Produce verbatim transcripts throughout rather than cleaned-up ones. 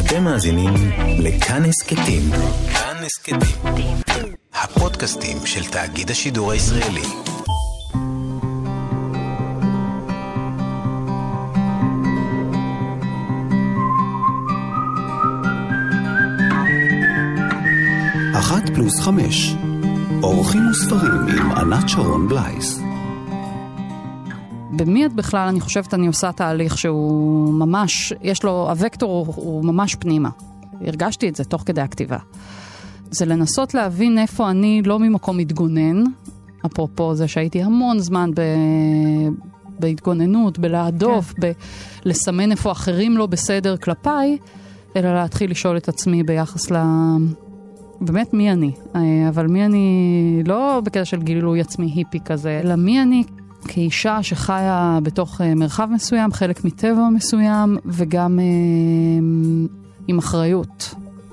אתם מאזינים לכאן הסכתים. כאן הסכתים. הפודקאסטים של תאגיד השידור הישראלי. אחת פלוס חמש. אורחים וספרים עם ענת שרון בלייס. במי את בכלל, אני חושבת, אני עושה תהליך שהוא ממש, יש לו, הוקטור הוא, הוא ממש פנימה. הרגשתי את זה תוך כדי הכתיבה. זה לנסות להבין איפה אני לא ממקום מתגונן, אפרופו זה שהייתי המון זמן ב... בהתגוננות, בלהדוף, כן. בלסמן איפה אחרים לא בסדר כלפיי, אלא להתחיל לשאול את עצמי ביחס ל... באמת מי אני, אבל מי אני לא בקטע של גילוי עצמי היפי כזה, אלא מי אני כאישה שחיה בתוך מרחב מסוים, חלק מטבע מסוים, וגם אה, עם אחריות.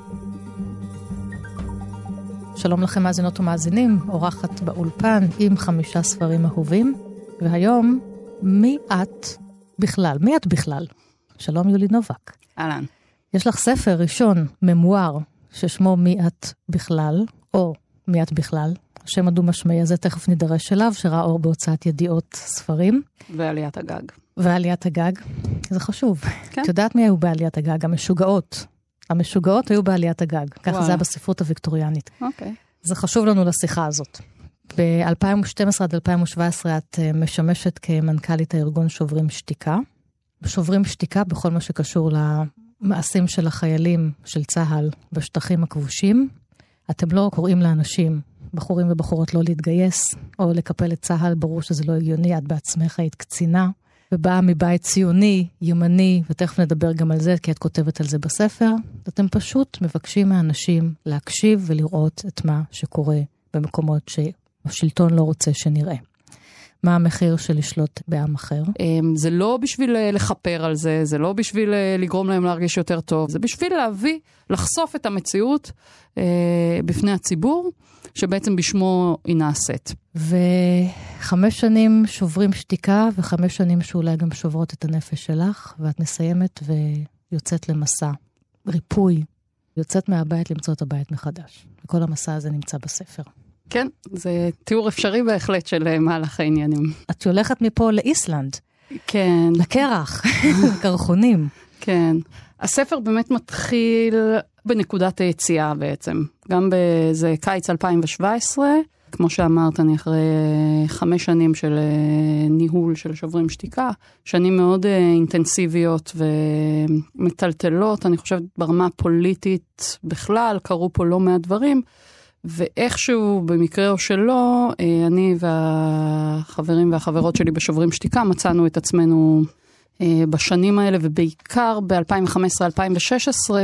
שלום לכם מאזינות ומאזינים, אורחת באולפן עם חמישה ספרים אהובים, והיום מי את בכלל? מי את בכלל? שלום יולי נובק. אהלן. יש לך ספר ראשון, ממואר, ששמו מי את בכלל, או מי את בכלל, השם הדו משמעי הזה תכף נדרש אליו, שראה אור בהוצאת ידיעות ספרים. ועליית הגג. ועליית הגג, זה חשוב. כן. את יודעת מי היו בעליית הגג? המשוגעות. המשוגעות היו בעליית הגג. ככה זה היה בספרות הוויקטוריאנית. אוקיי. זה חשוב לנו לשיחה הזאת. ב-אלפיים ושתים עשרה עד אלפיים ושבע עשרה את משמשת כמנכ"לית הארגון שוברים שתיקה. שוברים שתיקה בכל מה שקשור למעשים של החיילים של צה"ל בשטחים הכבושים. אתם לא קוראים לאנשים, בחורים ובחורות לא להתגייס, או לקפל את צה"ל, ברור שזה לא הגיוני, את בעצמך היית קצינה, ובאה מבית ציוני, ימני, ותכף נדבר גם על זה, כי את כותבת על זה בספר. אתם פשוט מבקשים מהאנשים להקשיב ולראות את מה שקורה במקומות שהשלטון לא רוצה שנראה. מה המחיר של לשלוט בעם אחר? זה לא בשביל לחפר על זה, זה לא בשביל לגרום להם להרגיש יותר טוב, זה בשביל להביא, לחשוף את המציאות בפני הציבור, שבעצם בשמו היא נעשית. וחמש שנים שוברים שתיקה, וחמש שנים שאולי גם שוברות את הנפש שלך, ואת מסיימת ויוצאת למסע, ריפוי, יוצאת מהבית למצוא את הבית מחדש. וכל המסע הזה נמצא בספר. כן, זה תיאור אפשרי בהחלט של מהלך העניינים. את הולכת מפה לאיסלנד. כן. לקרח, קרחונים. כן. הספר באמת מתחיל בנקודת היציאה בעצם. גם בזה קיץ אלפיים שבע עשרה, כמו שאמרת, אני אחרי חמש שנים של ניהול של שוברים שתיקה, שנים מאוד אינטנסיביות ומטלטלות, אני חושבת ברמה פוליטית בכלל, קרו פה לא מעט דברים, ואיכשהו במקרה או שלא, אני והחברים והחברות שלי בשוברים שתיקה מצאנו את עצמנו בשנים האלה, ובעיקר ב-אלפיים וחמש עשרה אלפיים ושש עשרה,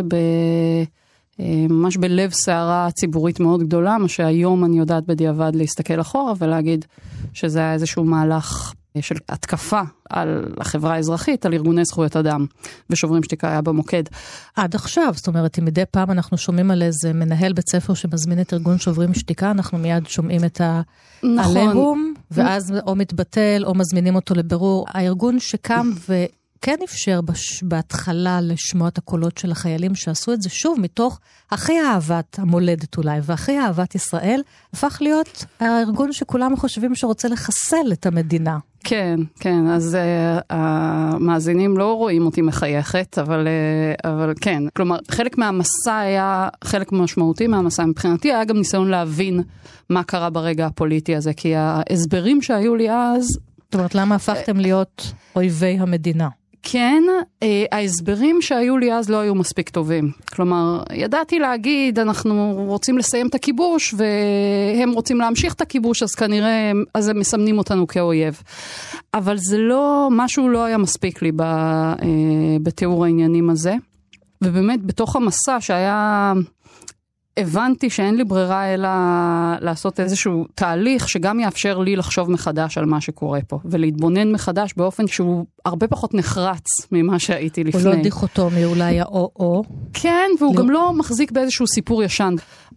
ממש בלב סערה ציבורית מאוד גדולה, מה שהיום אני יודעת בדיעבד להסתכל אחורה ולהגיד שזה היה איזשהו מהלך של התקפה על החברה האזרחית, על ארגוני זכויות אדם, ושוברים שתיקה היה במוקד. עד עכשיו, זאת אומרת, אם מדי פעם אנחנו שומעים על איזה מנהל בית ספר שמזמין את ארגון שוברים שתיקה, אנחנו מיד שומעים את העליהום, ואז או מתבטל או מזמינים אותו לבירור. הארגון שקם ו... כן אפשר בש... בהתחלה לשמוע את הקולות של החיילים שעשו את זה שוב מתוך הכי אהבת המולדת אולי, והכי אהבת ישראל, הפך להיות הארגון שכולם חושבים שרוצה לחסל את המדינה. כן, כן, אז uh, המאזינים לא רואים אותי מחייכת, אבל, uh, אבל כן, כלומר, חלק מהמסע היה, חלק משמעותי מהמסע מבחינתי, היה גם ניסיון להבין מה קרה ברגע הפוליטי הזה, כי ההסברים שהיו לי אז... זאת אומרת, למה הפכתם להיות אויבי המדינה? כן, ההסברים שהיו לי אז לא היו מספיק טובים. כלומר, ידעתי להגיד, אנחנו רוצים לסיים את הכיבוש, והם רוצים להמשיך את הכיבוש, אז כנראה, אז הם מסמנים אותנו כאויב. אבל זה לא, משהו לא היה מספיק לי בתיאור העניינים הזה. ובאמת, בתוך המסע שהיה... הבנתי שאין לי ברירה אלא לעשות איזשהו תהליך שגם יאפשר לי לחשוב מחדש על מה שקורה פה, ולהתבונן מחדש באופן שהוא הרבה פחות נחרץ ממה שהייתי לפני. הוא לא דיכוטומי, אולי האו-או. כן, והוא גם לא מחזיק באיזשהו סיפור ישן.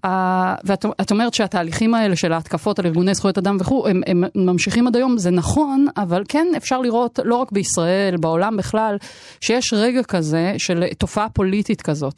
ואת אומרת שהתהליכים האלה של ההתקפות על ארגוני זכויות אדם וכו', הם, הם ממשיכים עד היום, זה נכון, אבל כן אפשר לראות, לא רק בישראל, בעולם בכלל, שיש רגע כזה של תופעה פוליטית כזאת,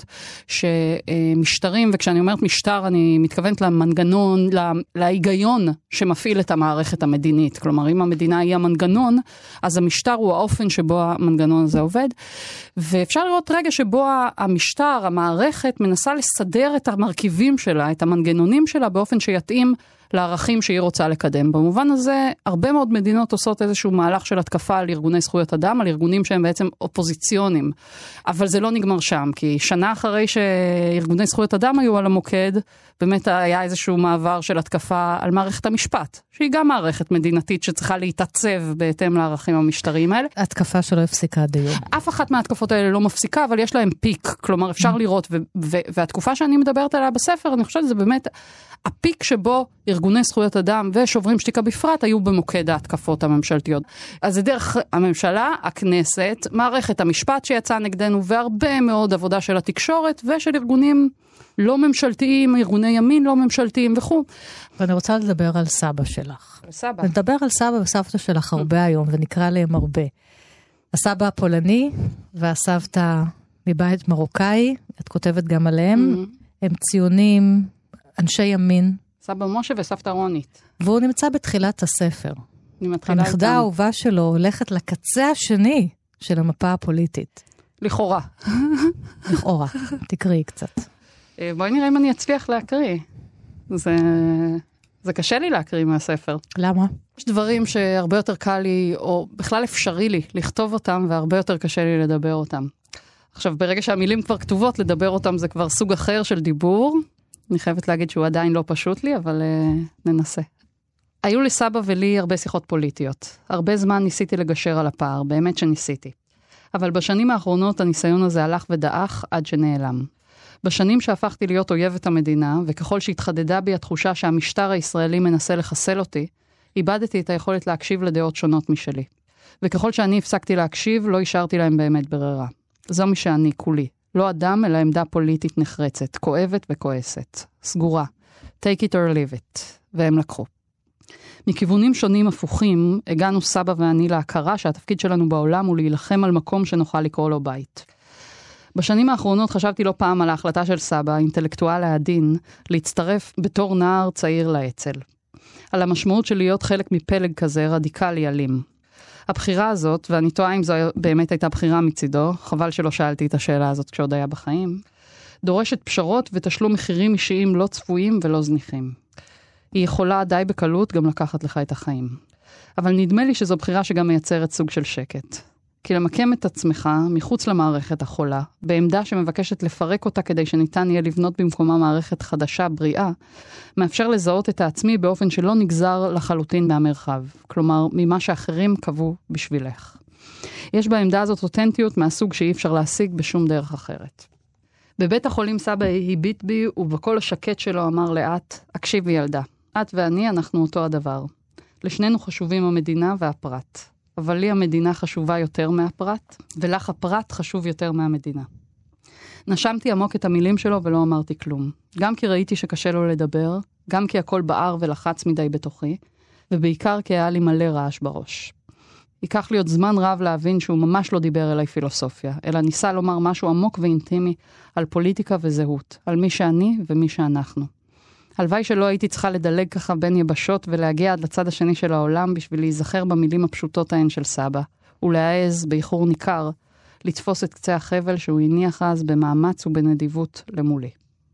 שמשטרים, וכשאני אומרת משטר, אני מתכוונת למנגנון, לה, להיגיון שמפעיל את המערכת המדינית. כלומר, אם המדינה היא המנגנון, אז המשטר הוא האופן שבו המנגנון הזה עובד, ואפשר לראות רגע שבו המשטר, המערכת, מנסה לסדר את המרכיבים שלה, את המנגנונים שלה, באופן שיתאים לערכים שהיא רוצה לקדם. במובן הזה, הרבה מאוד מדינות עושות איזשהו מהלך של התקפה על ארגוני זכויות אדם, על ארגונים שהם בעצם אופוזיציונים. אבל זה לא נגמר שם, כי שנה אחרי שארגוני זכויות אדם היו על המוקד, באמת היה איזשהו מעבר של התקפה על מערכת המשפט, שהיא גם מערכת מדינתית שצריכה להתעצב בהתאם לערכים המשטריים האלה. התקפה שלא הפסיקה עד היום. אף אחת מההתקפות האלה לא מפסיקה, אבל יש להם פיק, כלומר אפשר לראות, ו- ו- והתקופה שאני מדברת עליה בספר, אני חושבת שזה באמת הפיק שבו ארגוני זכויות אדם ושוברים שתיקה בפרט היו במוקד ההתקפות הממשלתיות. אז זה דרך הממשלה, הכנסת, מערכת המשפט שיצאה נגדנו, והרבה מאוד עבודה של התקשורת ושל ארגונים לא ממשלתיים, ארגוני ימין לא ממשלתיים וכו'. ואני רוצה לדבר על סבא שלך. סבא. נדבר על סבא וסבתא שלך הרבה היום, ונקרא להם הרבה. הסבא הפולני והסבתא מבית מרוקאי, את כותבת גם עליהם, הם ציונים, אנשי ימין. סבא משה וסבתא רונית. והוא נמצא בתחילת הספר. הנכדה האהובה שלו הולכת לקצה השני של המפה הפוליטית. לכאורה. לכאורה. תקראי קצת. בואי נראה אם אני אצליח להקריא. זה, זה קשה לי להקריא מהספר. למה? יש דברים שהרבה יותר קל לי, או בכלל אפשרי לי, לכתוב אותם, והרבה יותר קשה לי לדבר אותם. עכשיו, ברגע שהמילים כבר כתובות, לדבר אותם זה כבר סוג אחר של דיבור. אני חייבת להגיד שהוא עדיין לא פשוט לי, אבל uh, ננסה. היו לסבא ולי הרבה שיחות פוליטיות. הרבה זמן ניסיתי לגשר על הפער, באמת שניסיתי. אבל בשנים האחרונות הניסיון הזה הלך ודעך עד שנעלם. בשנים שהפכתי להיות אויבת המדינה, וככל שהתחדדה בי התחושה שהמשטר הישראלי מנסה לחסל אותי, איבדתי את היכולת להקשיב לדעות שונות משלי. וככל שאני הפסקתי להקשיב, לא השארתי להם באמת ברירה. זו מי שאני, כולי. לא אדם, אלא עמדה פוליטית נחרצת, כואבת וכועסת. סגורה. Take it or leave it. והם לקחו. מכיוונים שונים הפוכים, הגענו סבא ואני להכרה שהתפקיד שלנו בעולם הוא להילחם על מקום שנוכל לקרוא לו בית. בשנים האחרונות חשבתי לא פעם על ההחלטה של סבא, האינטלקטואל העדין, להצטרף בתור נער צעיר לאצ"ל. על המשמעות של להיות חלק מפלג כזה רדיקלי אלים. הבחירה הזאת, ואני טועה אם זו באמת הייתה בחירה מצידו, חבל שלא שאלתי את השאלה הזאת כשעוד היה בחיים, דורשת פשרות ותשלום מחירים אישיים לא צפויים ולא זניחים. היא יכולה די בקלות גם לקחת לך את החיים. אבל נדמה לי שזו בחירה שגם מייצרת סוג של שקט. כי למקם את עצמך מחוץ למערכת החולה, בעמדה שמבקשת לפרק אותה כדי שניתן יהיה לבנות במקומה מערכת חדשה, בריאה, מאפשר לזהות את העצמי באופן שלא נגזר לחלוטין מהמרחב, כלומר, ממה שאחרים קבעו בשבילך. יש בעמדה הזאת אותנטיות מהסוג שאי אפשר להשיג בשום דרך אחרת. בבית החולים סבא הביט בי, ובקול השקט שלו אמר לאט, הקשיבי ילדה, את ואני אנחנו אותו הדבר. לשנינו חשובים המדינה והפרט. אבל לי המדינה חשובה יותר מהפרט, ולך הפרט חשוב יותר מהמדינה. נשמתי עמוק את המילים שלו ולא אמרתי כלום. גם כי ראיתי שקשה לו לדבר, גם כי הכל בער ולחץ מדי בתוכי, ובעיקר כי היה לי מלא רעש בראש. ייקח לי עוד זמן רב להבין שהוא ממש לא דיבר אליי פילוסופיה, אלא ניסה לומר משהו עמוק ואינטימי על פוליטיקה וזהות, על מי שאני ומי שאנחנו. הלוואי שלא הייתי צריכה לדלג ככה בין יבשות ולהגיע עד לצד השני של העולם בשביל להיזכר במילים הפשוטות ההן של סבא, ולהעז באיחור ניכר לתפוס את קצה החבל שהוא הניח אז במאמץ ובנדיבות למולי.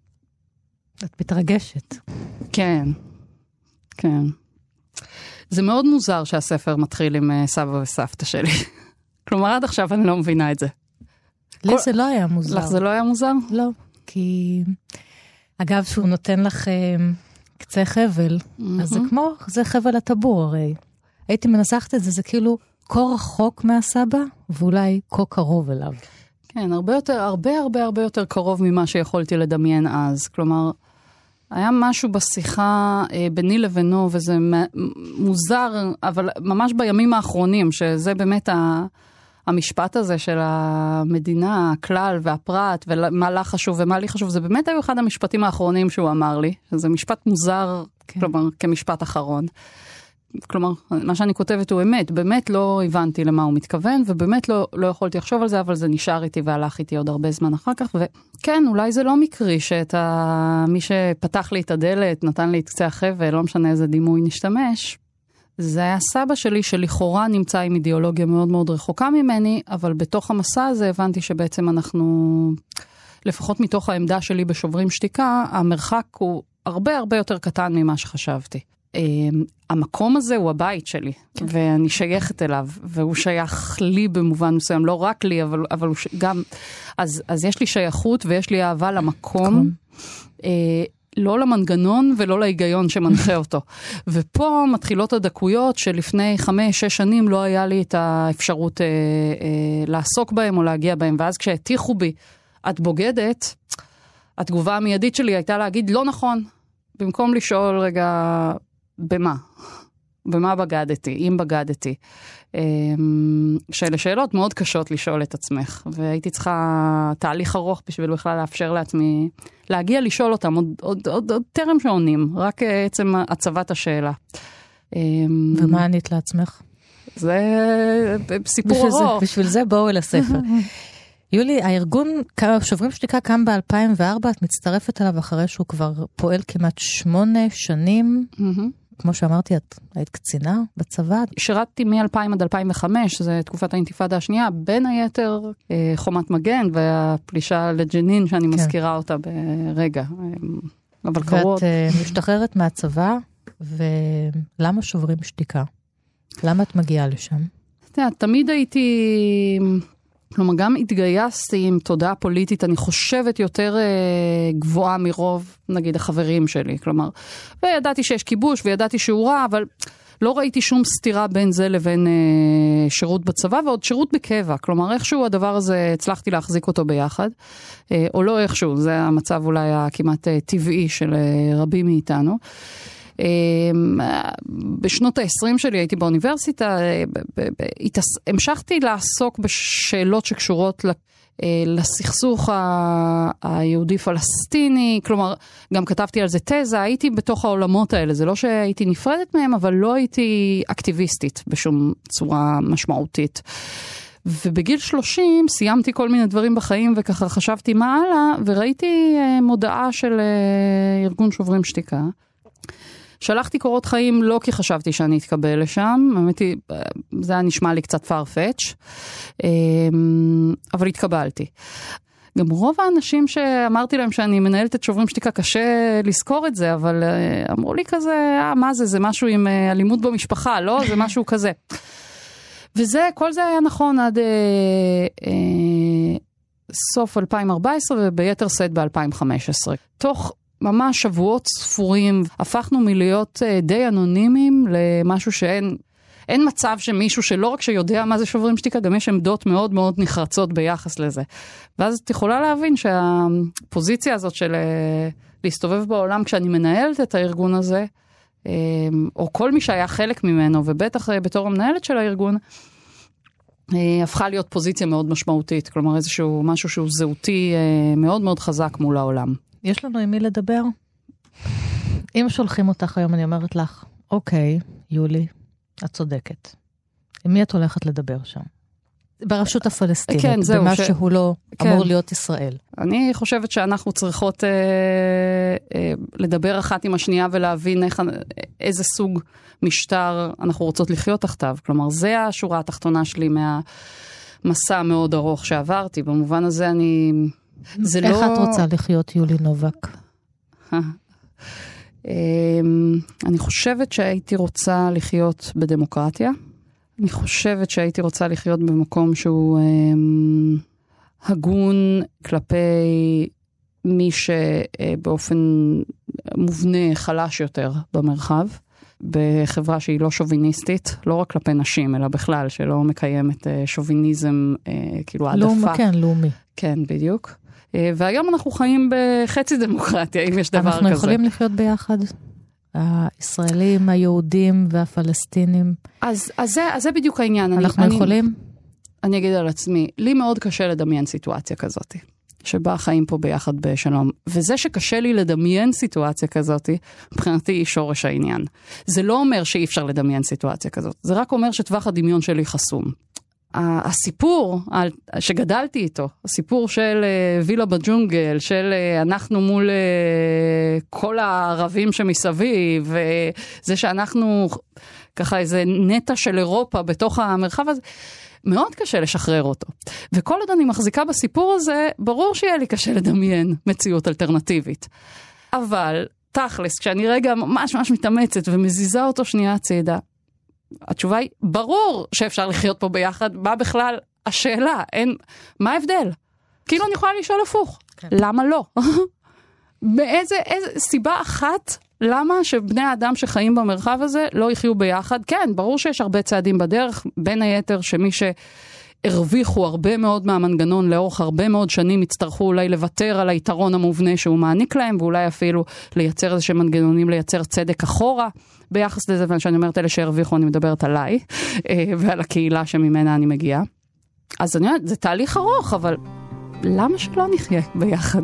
את מתרגשת. כן, כן. זה מאוד מוזר שהספר מתחיל עם סבא וסבתא שלי. כלומר, עד עכשיו אני לא מבינה את זה. לי כל... זה לא היה מוזר. לך זה לא היה מוזר? לא, כי... אגב, שהוא נותן לך קצה חבל, mm-hmm. אז זה כמו, זה חבל הטבור הרי. הייתי מנסחת את זה, זה כאילו כה רחוק מהסבא, ואולי כה קרוב אליו. כן, הרבה יותר, הרבה הרבה הרבה יותר קרוב ממה שיכולתי לדמיין אז. כלומר, היה משהו בשיחה אה, ביני לבינו, וזה מוזר, אבל ממש בימים האחרונים, שזה באמת ה... המשפט הזה של המדינה, הכלל והפרט, ומה לה חשוב ומה לי חשוב, זה באמת היו אחד המשפטים האחרונים שהוא אמר לי, זה משפט מוזר, כן. כלומר, כמשפט אחרון. כלומר, מה שאני כותבת הוא אמת, באמת לא הבנתי למה הוא מתכוון, ובאמת לא, לא יכולתי לחשוב על זה, אבל זה נשאר איתי והלך איתי עוד הרבה זמן אחר כך, וכן, אולי זה לא מקרי שאת ה... מי שפתח לי את הדלת, נתן לי את קצה החבל, לא משנה איזה דימוי נשתמש, זה היה סבא שלי שלכאורה נמצא עם אידיאולוגיה מאוד מאוד רחוקה ממני, אבל בתוך המסע הזה הבנתי שבעצם אנחנו, לפחות מתוך העמדה שלי בשוברים שתיקה, המרחק הוא הרבה הרבה יותר קטן ממה שחשבתי. המקום הזה הוא הבית שלי, ואני שייכת אליו, והוא שייך לי במובן מסוים, לא רק לי, אבל, אבל הוא ש... גם, אז, אז יש לי שייכות ויש לי אהבה למקום, לא למנגנון ולא להיגיון שמנחה אותו. ופה מתחילות הדקויות שלפני חמש, שש שנים לא היה לי את האפשרות אה, אה, לעסוק בהם או להגיע בהם, ואז כשהטיחו בי, את בוגדת, התגובה המיידית שלי הייתה להגיד, לא נכון, במקום לשאול רגע, במה? במה בגדתי? אם בגדתי? שאלה שאלות מאוד קשות לשאול את עצמך, והייתי צריכה תהליך ארוך בשביל בכלל לאפשר לעצמי להגיע לשאול אותם, עוד, עוד, עוד, עוד טרם שעונים, רק עצם הצבת השאלה. ומה ענית לעצמך? זה סיפור ארוך. בשביל זה בואו אל הספר. יולי, הארגון שוברים שתיקה קם ב-אלפיים וארבע, את מצטרפת אליו אחרי שהוא כבר פועל כמעט שמונה שנים. כמו שאמרתי, את היית קצינה בצבא. שירתתי מ-אלפיים עד אלפיים וחמש, זו תקופת האינתיפאדה השנייה, בין היתר חומת מגן והפלישה לג'נין, שאני מזכירה אותה ברגע. אבל קרות. ואת משתחררת מהצבא, ולמה שוברים שתיקה? למה את מגיעה לשם? תמיד הייתי... כלומר, גם התגייסתי עם תודעה פוליטית, אני חושבת יותר אה, גבוהה מרוב, נגיד, החברים שלי. כלומר, וידעתי שיש כיבוש, וידעתי שהוא רע, אבל לא ראיתי שום סתירה בין זה לבין אה, שירות בצבא, ועוד שירות בקבע. כלומר, איכשהו הדבר הזה, הצלחתי להחזיק אותו ביחד, אה, או לא איכשהו, זה המצב אולי הכמעט אה, טבעי של אה, רבים מאיתנו. בשנות ה-עשרים שלי הייתי באוניברסיטה, המשכתי לעסוק בשאלות שקשורות לסכסוך היהודי-פלסטיני, כלומר, גם כתבתי על זה תזה, הייתי בתוך העולמות האלה, זה לא שהייתי נפרדת מהם, אבל לא הייתי אקטיביסטית בשום צורה משמעותית. ובגיל שלושים סיימתי כל מיני דברים בחיים, וככה חשבתי מה הלאה, וראיתי מודעה של ארגון שוברים שתיקה, שלחתי קורות חיים לא כי חשבתי שאני אתקבל לשם, באמת זה היה נשמע לי קצת farfetch, אבל התקבלתי. גם רוב האנשים שאמרתי להם שאני מנהלת את שוברים שתיקה, קשה לזכור את זה, אבל אמרו לי כזה, אה, מה זה? זה משהו עם אלימות במשפחה, לא? זה משהו כזה. וזה, כל זה היה נכון עד אה, אה, סוף אלפיים וארבע עשרה וביתר שאת ב-אלפיים וחמש עשרה. תוך ממש שבועות ספורים, הפכנו מלהיות די אנונימיים למשהו שאין אין מצב שמישהו שלא רק שיודע מה זה שוברים שתיקה, גם יש עמדות מאוד מאוד נחרצות ביחס לזה. ואז את יכולה להבין שהפוזיציה הזאת של להסתובב בעולם כשאני מנהלת את הארגון הזה, או כל מי שהיה חלק ממנו, ובטח בתור המנהלת של הארגון, הפכה להיות פוזיציה מאוד משמעותית, כלומר איזשהו משהו שהוא זהותי מאוד מאוד חזק מול העולם. יש לנו עם מי לדבר? אם שולחים אותך היום, אני אומרת לך, אוקיי, יולי, את צודקת. עם מי את הולכת לדבר שם? ברשות הפלסטינית, כן, זהו, במה ש... שהוא לא כן. אמור להיות ישראל. אני חושבת שאנחנו צריכות אה, אה, לדבר אחת עם השנייה ולהבין איך, איזה סוג משטר אנחנו רוצות לחיות תחתיו. כלומר, זה השורה התחתונה שלי מהמסע המאוד ארוך שעברתי. במובן הזה אני... זה איך לא... את רוצה לחיות, יולי נובק? אני חושבת שהייתי רוצה לחיות בדמוקרטיה. אני חושבת שהייתי רוצה לחיות במקום שהוא הגון כלפי מי שבאופן מובנה חלש יותר במרחב, בחברה שהיא לא שוביניסטית, לא רק כלפי נשים, אלא בכלל, שלא מקיימת שוביניזם, כאילו העדפה. לאומי, כן, לאומי. כן, בדיוק. והיום אנחנו חיים בחצי דמוקרטיה, אם יש דבר כזה. אנחנו יכולים לחיות ביחד? הישראלים, היהודים והפלסטינים. אז, אז, זה, אז זה בדיוק העניין. אנחנו אני, יכולים? אני אגיד על עצמי, לי מאוד קשה לדמיין סיטואציה כזאת, שבה חיים פה ביחד בשלום. וזה שקשה לי לדמיין סיטואציה כזאת, מבחינתי היא שורש העניין. זה לא אומר שאי אפשר לדמיין סיטואציה כזאת, זה רק אומר שטווח הדמיון שלי חסום. הסיפור שגדלתי איתו, הסיפור של וילה בג'ונגל, של אנחנו מול כל הערבים שמסביב, וזה שאנחנו ככה איזה נטע של אירופה בתוך המרחב הזה, מאוד קשה לשחרר אותו. וכל עוד אני מחזיקה בסיפור הזה, ברור שיהיה לי קשה לדמיין מציאות אלטרנטיבית. אבל תכלס, כשאני רגע ממש ממש מתאמצת ומזיזה אותו שנייה הצידה, התשובה היא, ברור שאפשר לחיות פה ביחד, מה בכלל השאלה? אין, מה ההבדל? כאילו אני יכולה לשאול הפוך. כן. למה לא? באיזה איזה, סיבה אחת, למה שבני האדם שחיים במרחב הזה לא יחיו ביחד? כן, ברור שיש הרבה צעדים בדרך, בין היתר שמי שהרוויחו הרבה מאוד מהמנגנון לאורך הרבה מאוד שנים, יצטרכו אולי לוותר על היתרון המובנה שהוא מעניק להם, ואולי אפילו לייצר איזה מנגנונים, לייצר צדק אחורה, ביחס לזה, ואני אומרת אלה שהרוויחו, אני מדברת עליי, ועל הקהילה שממנה אני מגיעה. אז אני אומרת, זה תהליך ארוך, אבל למה שלא נחיה ביחד?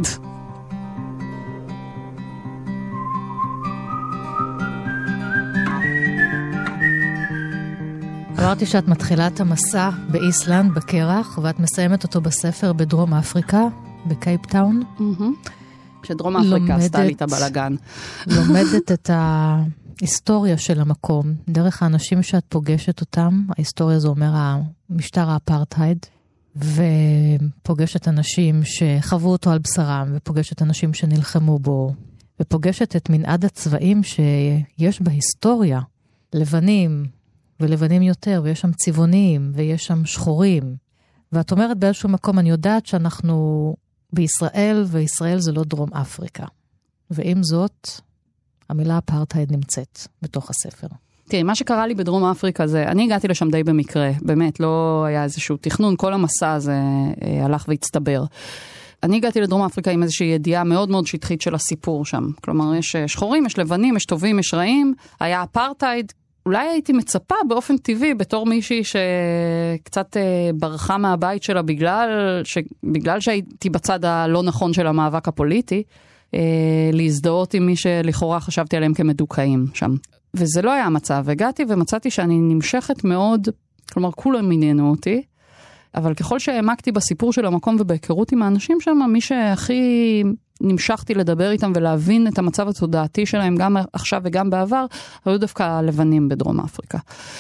אמרתי שאת מתחילה את המסע באיסלנד, בקרח, ואת מסיימת אותו בספר בדרום אפריקה, בקייפטאון. שדרום אפריקה עשתה לי את הבלגן. לומדת את ההיסטוריה של המקום, דרך האנשים שאת פוגשת אותם, ההיסטוריה זה אומר המשטר האפרטהייד, ופוגשת אנשים שחוו אותו על בשרם, ופוגשת אנשים שנלחמו בו, ופוגשת את מנעד הצבעים שיש בהיסטוריה, לבנים, ולבנים יותר, ויש שם צבעוניים, ויש שם שחורים. ואת אומרת באיזשהו מקום, אני יודעת שאנחנו בישראל, וישראל זה לא דרום אפריקה. ועם זאת, המילה אפרטהייד נמצאת בתוך הספר. תראי, מה שקרה לי בדרום אפריקה זה, אני הגעתי לשם די במקרה, באמת, לא היה איזשהו תכנון, כל המסע הזה אה, הלך והצטבר. אני הגעתי לדרום אפריקה עם איזושהי ידיעה מאוד מאוד שטחית של הסיפור שם. כלומר, יש שחורים, יש לבנים, יש טובים, יש רעים, היה אפרטהייד, אולי הייתי מצפה באופן טבעי, בתור מישהי שקצת ברחה מהבית שלה בגלל, ש... בגלל שהייתי בצד הלא נכון של המאבק הפוליטי, להזדהות עם מי שלכאורה חשבתי עליהם כמדוכאים שם. וזה לא היה המצב. הגעתי ומצאתי שאני נמשכת מאוד, כלומר כולם עניינו אותי, אבל ככל שהעמקתי בסיפור של המקום ובהיכרות עם האנשים שם, מי שהכי נמשכתי לדבר איתם ולהבין את המצב התודעתי שלהם גם עכשיו וגם בעבר, היו דווקא הלבנים בדרום אפריקה.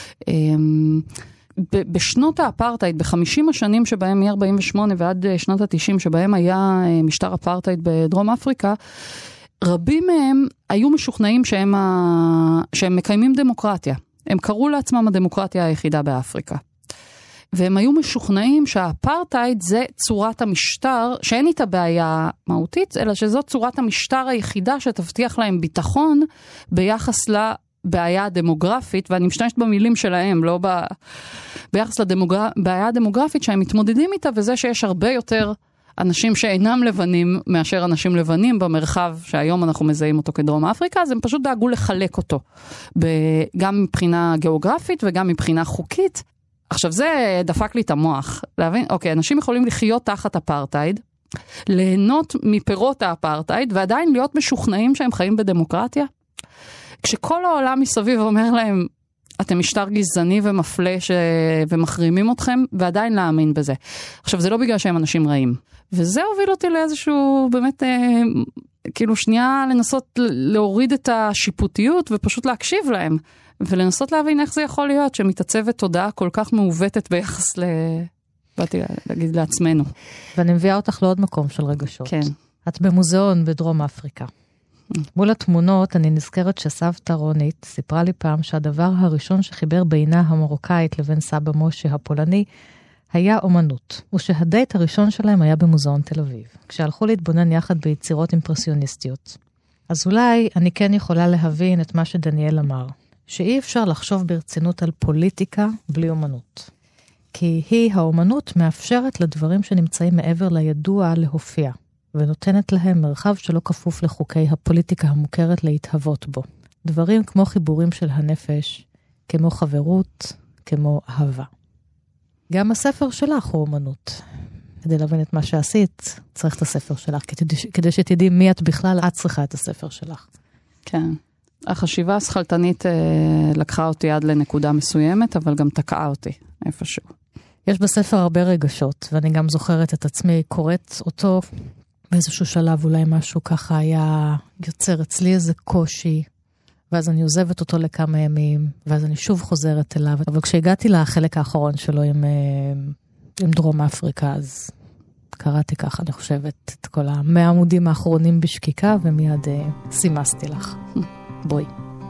בשנות האפרטהייד, ב-חמישים השנים שבהם מ-ארבעים ושמונה ועד שנות ה-תשעים שבהם היה משטר אפרטהייד בדרום אפריקה, רבים מהם היו משוכנעים שהם, ה... שהם מקיימים דמוקרטיה. הם קראו לעצמם הדמוקרטיה היחידה באפריקה. והם היו משוכנעים שהאפרטהייד זה צורת המשטר, שאין איתה בעיה מהותית, אלא שזאת צורת המשטר היחידה שתבטיח להם ביטחון ביחס לבעיה הדמוגרפית, ואני משתמשת במילים שלהם, לא ב... ביחס לבעיה הדמוגרפית שהם מתמודדים איתה, וזה שיש הרבה יותר אנשים שאינם לבנים מאשר אנשים לבנים במרחב שהיום אנחנו מזהים אותו כדרום אפריקה, אז הם פשוט דאגו לחלק אותו, גם מבחינה גיאוגרפית וגם מבחינה חוקית. עכשיו זה דפק לי את המוח, להבין, אוקיי, אנשים יכולים לחיות תחת אפרטהייד, ליהנות מפירות האפרטהייד, ועדיין להיות משוכנעים שהם חיים בדמוקרטיה. כשכל העולם מסביב אומר להם, אתם משטר גזעני ומפלה ש... ומחרימים אתכם, ועדיין להאמין בזה. עכשיו זה לא בגלל שהם אנשים רעים. וזה הוביל אותי לאיזשהו, באמת, אה, כאילו שנייה לנסות להוריד את השיפוטיות, ופשוט להקשיב להם. ולנסות להבין איך זה יכול להיות שמתעצבת תודעה כל כך מעוותת ביחס ל... באתי להגיד לעצמנו. ואני מביאה אותך לעוד מקום של רגשות. כן. את במוזיאון בדרום אפריקה. מול התמונות אני נזכרת שסבתא רונית סיפרה לי פעם שהדבר הראשון שחיבר בינה המרוקאית לבין סבא משה הפולני היה אומנות, ושהדייט הראשון שלהם היה במוזיאון תל אביב, כשהלכו להתבונן יחד ביצירות אימפרסיוניסטיות. אז אולי אני כן יכולה להבין את מה שדניאל אמר. שאי אפשר לחשוב ברצינות על פוליטיקה בלי אומנות. כי היא, האומנות, מאפשרת לדברים שנמצאים מעבר לידוע להופיע, ונותנת להם מרחב שלא כפוף לחוקי הפוליטיקה המוכרת להתהוות בו. דברים כמו חיבורים של הנפש, כמו חברות, כמו אהבה. גם הספר שלך הוא אומנות. כדי להבין את מה שעשית, צריך את הספר שלך, כדי, כדי שתדעי מי את בכלל, את צריכה את הספר שלך. כן. החשיבה השכלתנית אה, לקחה אותי עד לנקודה מסוימת, אבל גם תקעה אותי איפשהו. יש בספר הרבה רגשות, ואני גם זוכרת את עצמי קוראת אותו באיזשהו שלב, אולי משהו ככה היה יוצר אצלי איזה קושי, ואז אני עוזבת אותו לכמה ימים, ואז אני שוב חוזרת אליו. אבל כשהגעתי לחלק האחרון שלו עם, עם דרום אפריקה, אז קראתי ככה, אני חושבת, את כל המאה עמודים האחרונים בשקיקה, ומיד אה, סימסתי לך. בואי.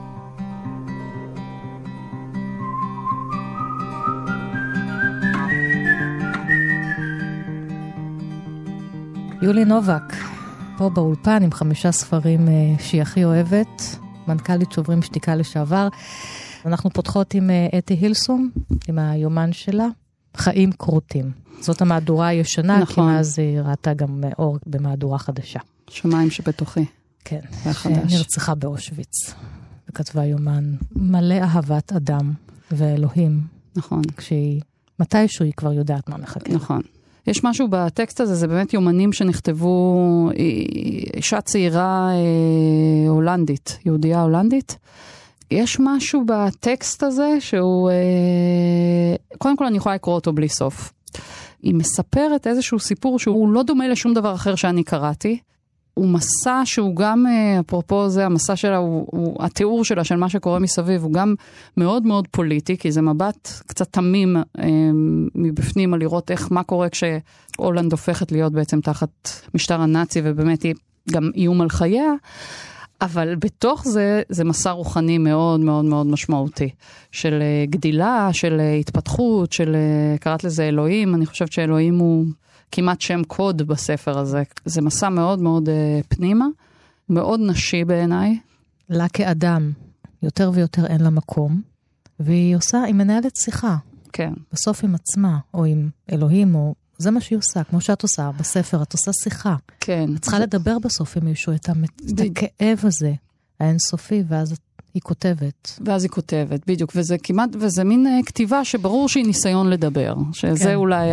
יולי נובק, פה באולפן עם חמישה ספרים שהיא הכי אוהבת, מנכ"לית שוברים שתיקה לשעבר. אנחנו פותחות עם אתי הילסום, עם היומן שלה, חיים קרוטים. זאת המהדורה הישנה, נכון. כי מאז היא ראתה גם אור במהדורה חדשה. שמיים שבתוכי. כן, שנרצחה באושוויץ. וכתבה יומן מלא אהבת אדם ואלוהים. נכון. כשהיא, מתישהו היא כבר יודעת מה מחכה. נכון. יש משהו בטקסט הזה, זה באמת יומנים שנכתבו, אישה צעירה אה, הולנדית, יהודייה הולנדית. יש משהו בטקסט הזה שהוא, אה, קודם כל אני יכולה לקרוא אותו בלי סוף. היא מספרת איזשהו סיפור שהוא לא דומה לשום דבר אחר שאני קראתי. הוא מסע שהוא גם, אפרופו זה, המסע שלה, הוא, הוא, התיאור שלה של מה שקורה מסביב, הוא גם מאוד מאוד פוליטי, כי זה מבט קצת תמים אה, מבפנים על לראות איך, מה קורה כשהולנד הופכת להיות בעצם תחת משטר הנאצי, ובאמת היא גם איום על חייה, אבל בתוך זה, זה מסע רוחני מאוד מאוד מאוד משמעותי, של גדילה, של התפתחות, של, קראת לזה אלוהים, אני חושבת שאלוהים הוא כמעט שם קוד בספר הזה. זה מסע מאוד מאוד פנימה, מאוד נשי בעיניי. לה כאדם, יותר ויותר אין לה מקום, והיא עושה, היא מנהלת שיחה. כן. בסוף עם עצמה, או עם אלוהים, או זה מה שהיא עושה, כמו שאת עושה בספר, את עושה שיחה. כן. את צריכה זה... לדבר בסוף עם מישהו, את, המת... ב... את הכאב הזה, האינסופי, ואז היא כותבת. ואז היא כותבת, בדיוק, וזה כמעט, וזה מין כתיבה שברור שהיא ניסיון לדבר, שזה כן. אולי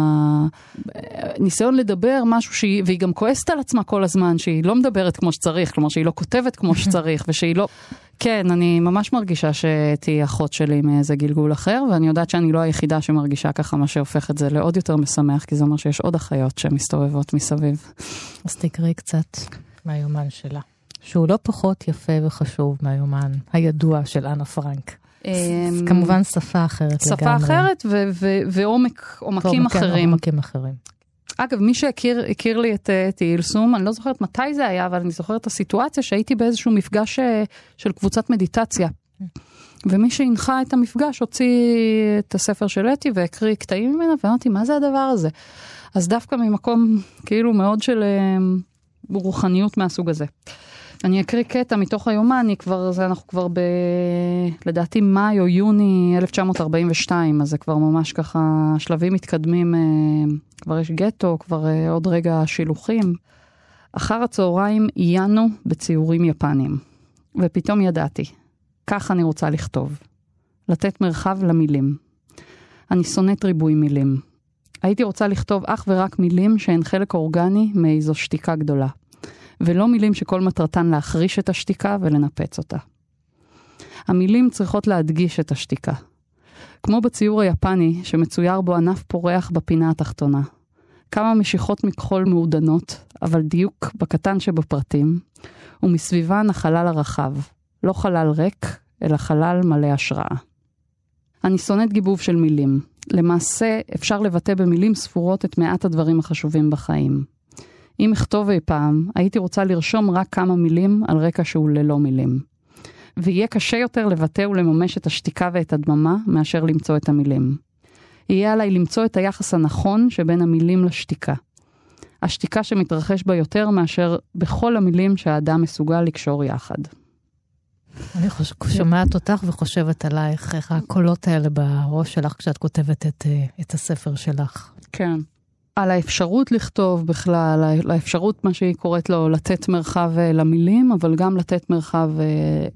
הניסיון לדבר, משהו שהיא, והיא גם כועסת על עצמה כל הזמן, שהיא לא מדברת כמו שצריך, כלומר שהיא לא כותבת כמו שצריך, ושהיא לא... כן, אני ממש מרגישה שתהי אחות שלי מאיזה גלגול אחר, ואני יודעת שאני לא היחידה שמרגישה ככה, מה שהופך את זה לעוד יותר משמח, כי זה אומר שיש עוד אחיות שמסתובבות מסביב. אז תקראי קצת מהיומן שלה. שהוא לא פחות יפה וחשוב מהיומן הידוע של אנה פרנק. כמובן שפה אחרת לגמרי. שפה אחרת ועומק, עומקים אחרים. עומקים אחרים. אגב, מי שהכיר, הכיר לי את הילסום, אני לא זוכרת מתי זה היה, אבל אני זוכרת את הסיטואציה שהייתי באיזשהו מפגש של קבוצת מדיטציה. ומי שהנחה את המפגש הוציא את הספר של אתי והקריא קטעים ממנה, ואמרתי, מה זה הדבר הזה? אז דווקא ממקום כאילו מאוד של רוחניות מהסוג הזה. אני אקריא קטע מתוך היומן, אני כבר, זה אנחנו כבר ב... לדעתי מאי או יוני אלף תשע מאות ארבעים ושתיים, אז זה כבר ממש ככה, שלבים מתקדמים, כבר יש גטו, כבר עוד רגע שילוחים. אחר הצהריים עיינו בציורים יפנים, ופתאום ידעתי, כך אני רוצה לכתוב, לתת מרחב למילים. אני שונאת ריבוי מילים. הייתי רוצה לכתוב אך ורק מילים שהן חלק אורגני מאיזו שתיקה גדולה. ולא מילים שכל מטרתן להחריש את השתיקה ולנפץ אותה. המילים צריכות להדגיש את השתיקה. כמו בציור היפני שמצויר בו ענף פורח בפינה התחתונה. כמה משיכות מכחול מעודנות, אבל דיוק בקטן שבפרטים, ומסביבן החלל הרחב. לא חלל ריק, אלא חלל מלא השראה. אני שונאת גיבוב של מילים. למעשה אפשר לבטא במילים ספורות את מעט הדברים החשובים בחיים. אם אכתוב אי פעם, הייתי רוצה לרשום רק כמה מילים על רקע שהוא ללא מילים. ויהיה קשה יותר לבטא ולממש את השתיקה ואת הדממה מאשר למצוא את המילים. יהיה עליי למצוא את היחס הנכון שבין המילים לשתיקה. השתיקה שמתרחש בה יותר מאשר בכל המילים שהאדם מסוגל לקשור יחד. אני חוש... שומעת אותך וחושבת עלייך, איך הקולות האלה בראש שלך כשאת כותבת את, את הספר שלך. כן. על האפשרות לכתוב בכלל, על האפשרות מה שהיא קוראת לו, לתת מרחב למילים, אבל גם לתת מרחב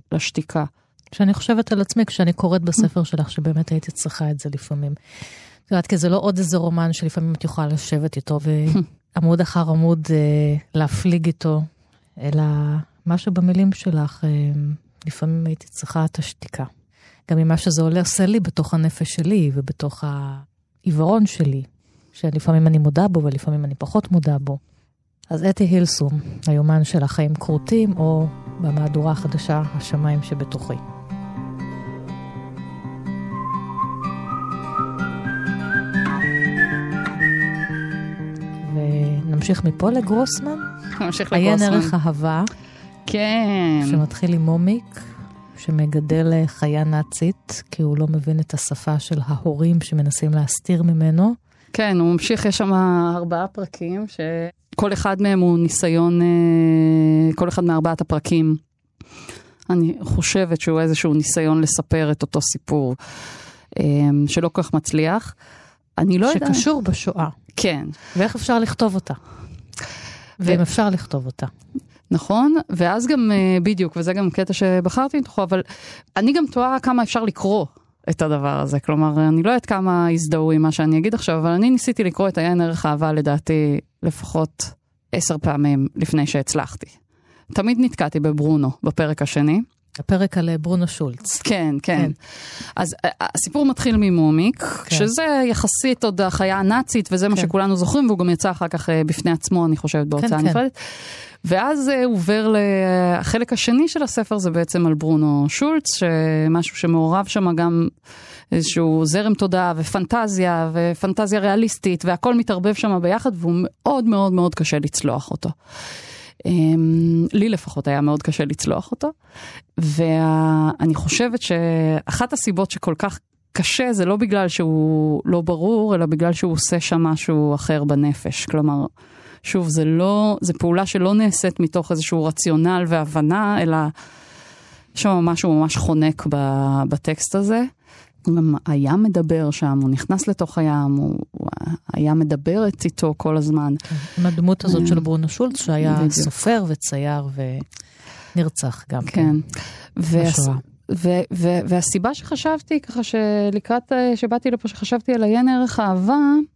לשתיקה. כשאני חושבת על עצמי, כשאני קוראת בספר שלך, שבאמת הייתי צריכה את זה לפעמים. יודעת, כי זה לא עוד איזה רומן שלפעמים את יכולה לשבת איתו, ועמוד אחר עמוד להפליג איתו, אלא משהו במילים שלך, לפעמים הייתי צריכה את השתיקה. גם ממה שזה עולה, עושה לי בתוך הנפש שלי, ובתוך העיוורון שלי, שלפעמים אני מודע בו, ולפעמים אני פחות מודע בו. אז אתי הילסום, היומן של החיים קרוטים, או במהדורה החדשה, השמיים שבתוכי. ונמשיך מפה לגרוסמן. נמשיך לגרוסמן. עיין ערך אהבה. כן. שמתחיל עם מומיק, שמגדל חיה נאצית, כי הוא לא מבין את השפה של ההורים שמנסים להסתיר ממנו. כן, הוא ממשיך, יש שם ארבעה פרקים, שכל אחד מהם הוא ניסיון, כל אחד מארבעת הפרקים, אני חושבת שהוא איזשהו ניסיון לספר את אותו סיפור, שלא כל כך מצליח. אני לא יודעת. שקשור בשואה. כן. ואיך אפשר לכתוב אותה? ואם ו... אפשר לכתוב אותה. נכון, ואז גם בדיוק, וזה גם קטע שבחרתי לתוכו, אבל אני גם תוהה כמה אפשר לקרוא את הדבר הזה. כלומר, אני לא יודעת כמה הזדהו עם מה שאני אגיד עכשיו, אבל אני ניסיתי לקרוא את עיין ערך אהבה לדעתי לפחות עשר פעמים לפני שהצלחתי. תמיד נתקעתי בברונו בפרק השני. הפרק על ברונו שולץ. כן, כן. כן. אז הסיפור מתחיל ממומיק, כן. שזה יחסית עוד החיה הנאצית, וזה כן. מה שכולנו זוכרים, והוא גם יצא אחר כך בפני עצמו, אני חושבת, בהוצאה כן, נפרדת. כן. ואז הוא עובר לחלק השני של הספר, זה בעצם על ברונו שולץ, שמשהו שמעורב שם גם איזשהו זרם תודעה ופנטזיה, ופנטזיה ריאליסטית, והכל מתערבב שם ביחד, והוא מאוד מאוד מאוד קשה לצלוח אותו. לי לפחות היה מאוד קשה לצלוח אותו, ואני חושבת שאחת הסיבות שכל כך קשה, זה לא בגלל שהוא לא ברור, אלא בגלל שהוא עושה שם משהו אחר בנפש. כלומר, שוב, זה לא, זה פעולה שלא נעשית מתוך איזשהו רציונל והבנה, אלא שם משהו ממש חונק בטקסט הזה. גם הים מדבר שם, הוא נכנס לתוך הים, הוא, הוא היה מדברת איתו כל הזמן. עם הדמות הזאת של ברונו שולץ, שהיה בדיוק. סופר וצייר ונרצח גם. כן. בשואה. ו- ו- והסיבה שחשבתי, ככה שלקראת שבאתי לפה שחשבתי על עיין ערך אהבה,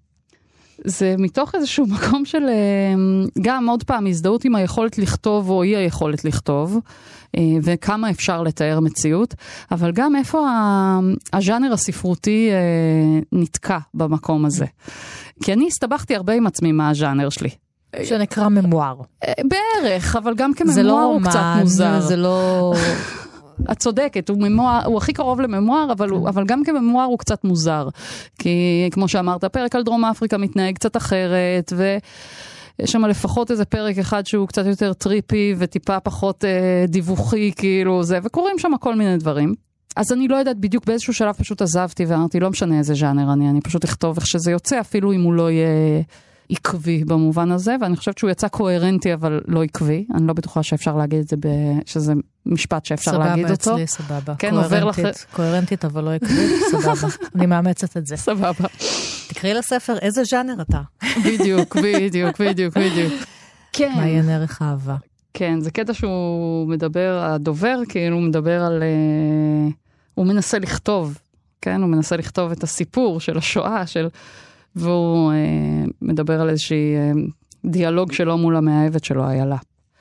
זה מתוך איזשהו מקום של, גם עוד פעם, הזדהות עם היכולת לכתוב או אי היכולת לכתוב, וכמה אפשר לתאר מציאות, אבל גם איפה הז'אנר הספרותי נתקע במקום הזה. כי אני הסתבכתי הרבה עם עצמי מה הז'אנר שלי. שנקרא ממואר. בערך, אבל גם כממואר הוא קצת מוזר. זה לא... את צודקת, הוא, ממואר, הוא הכי קרוב לממואר, אבל, הוא, אבל גם כממואר הוא קצת מוזר. כי כמו שאמרת, הפרק על דרום אפריקה מתנהג קצת אחרת, ויש שם לפחות איזה פרק אחד שהוא קצת יותר טריפי, וטיפה פחות אה, דיווחי, כאילו זה, וקוראים שם כל מיני דברים. אז אני לא יודעת, בדיוק באיזשהו שלב פשוט עזבתי, ואמרתי, לא משנה איזה ז'אנר אני, אני פשוט אכתוב איך שזה יוצא, אפילו אם הוא לא יהיה עקבי במובן הזה, ואני חושבת שהוא יצא קוהרנטי, אבל לא עקבי. אני לא בטוחה שאפשר להגיד את זה, ב... שזה משפט שאפשר סבבה להגיד אותו. סבבה אצלי, סבבה. כן, עובר לך... קוהרנטית, אבל לא עקבית, סבבה. אני מאמצת את זה. סבבה. תקראי לספר, איזה ז'אנר אתה? בדיוק, בדיוק, בדיוק, בדיוק. כן. מה יהיה ערך אהבה? כן, זה קטע שהוא מדבר, הדובר, כאילו הוא מדבר על... הוא מנסה לכתוב, כן? הוא מנסה לכתוב את הסיפור של השואה, של... והוא אה, מדבר על איזושהי אה, דיאלוג שלו מול המאהבת שלו, איילה.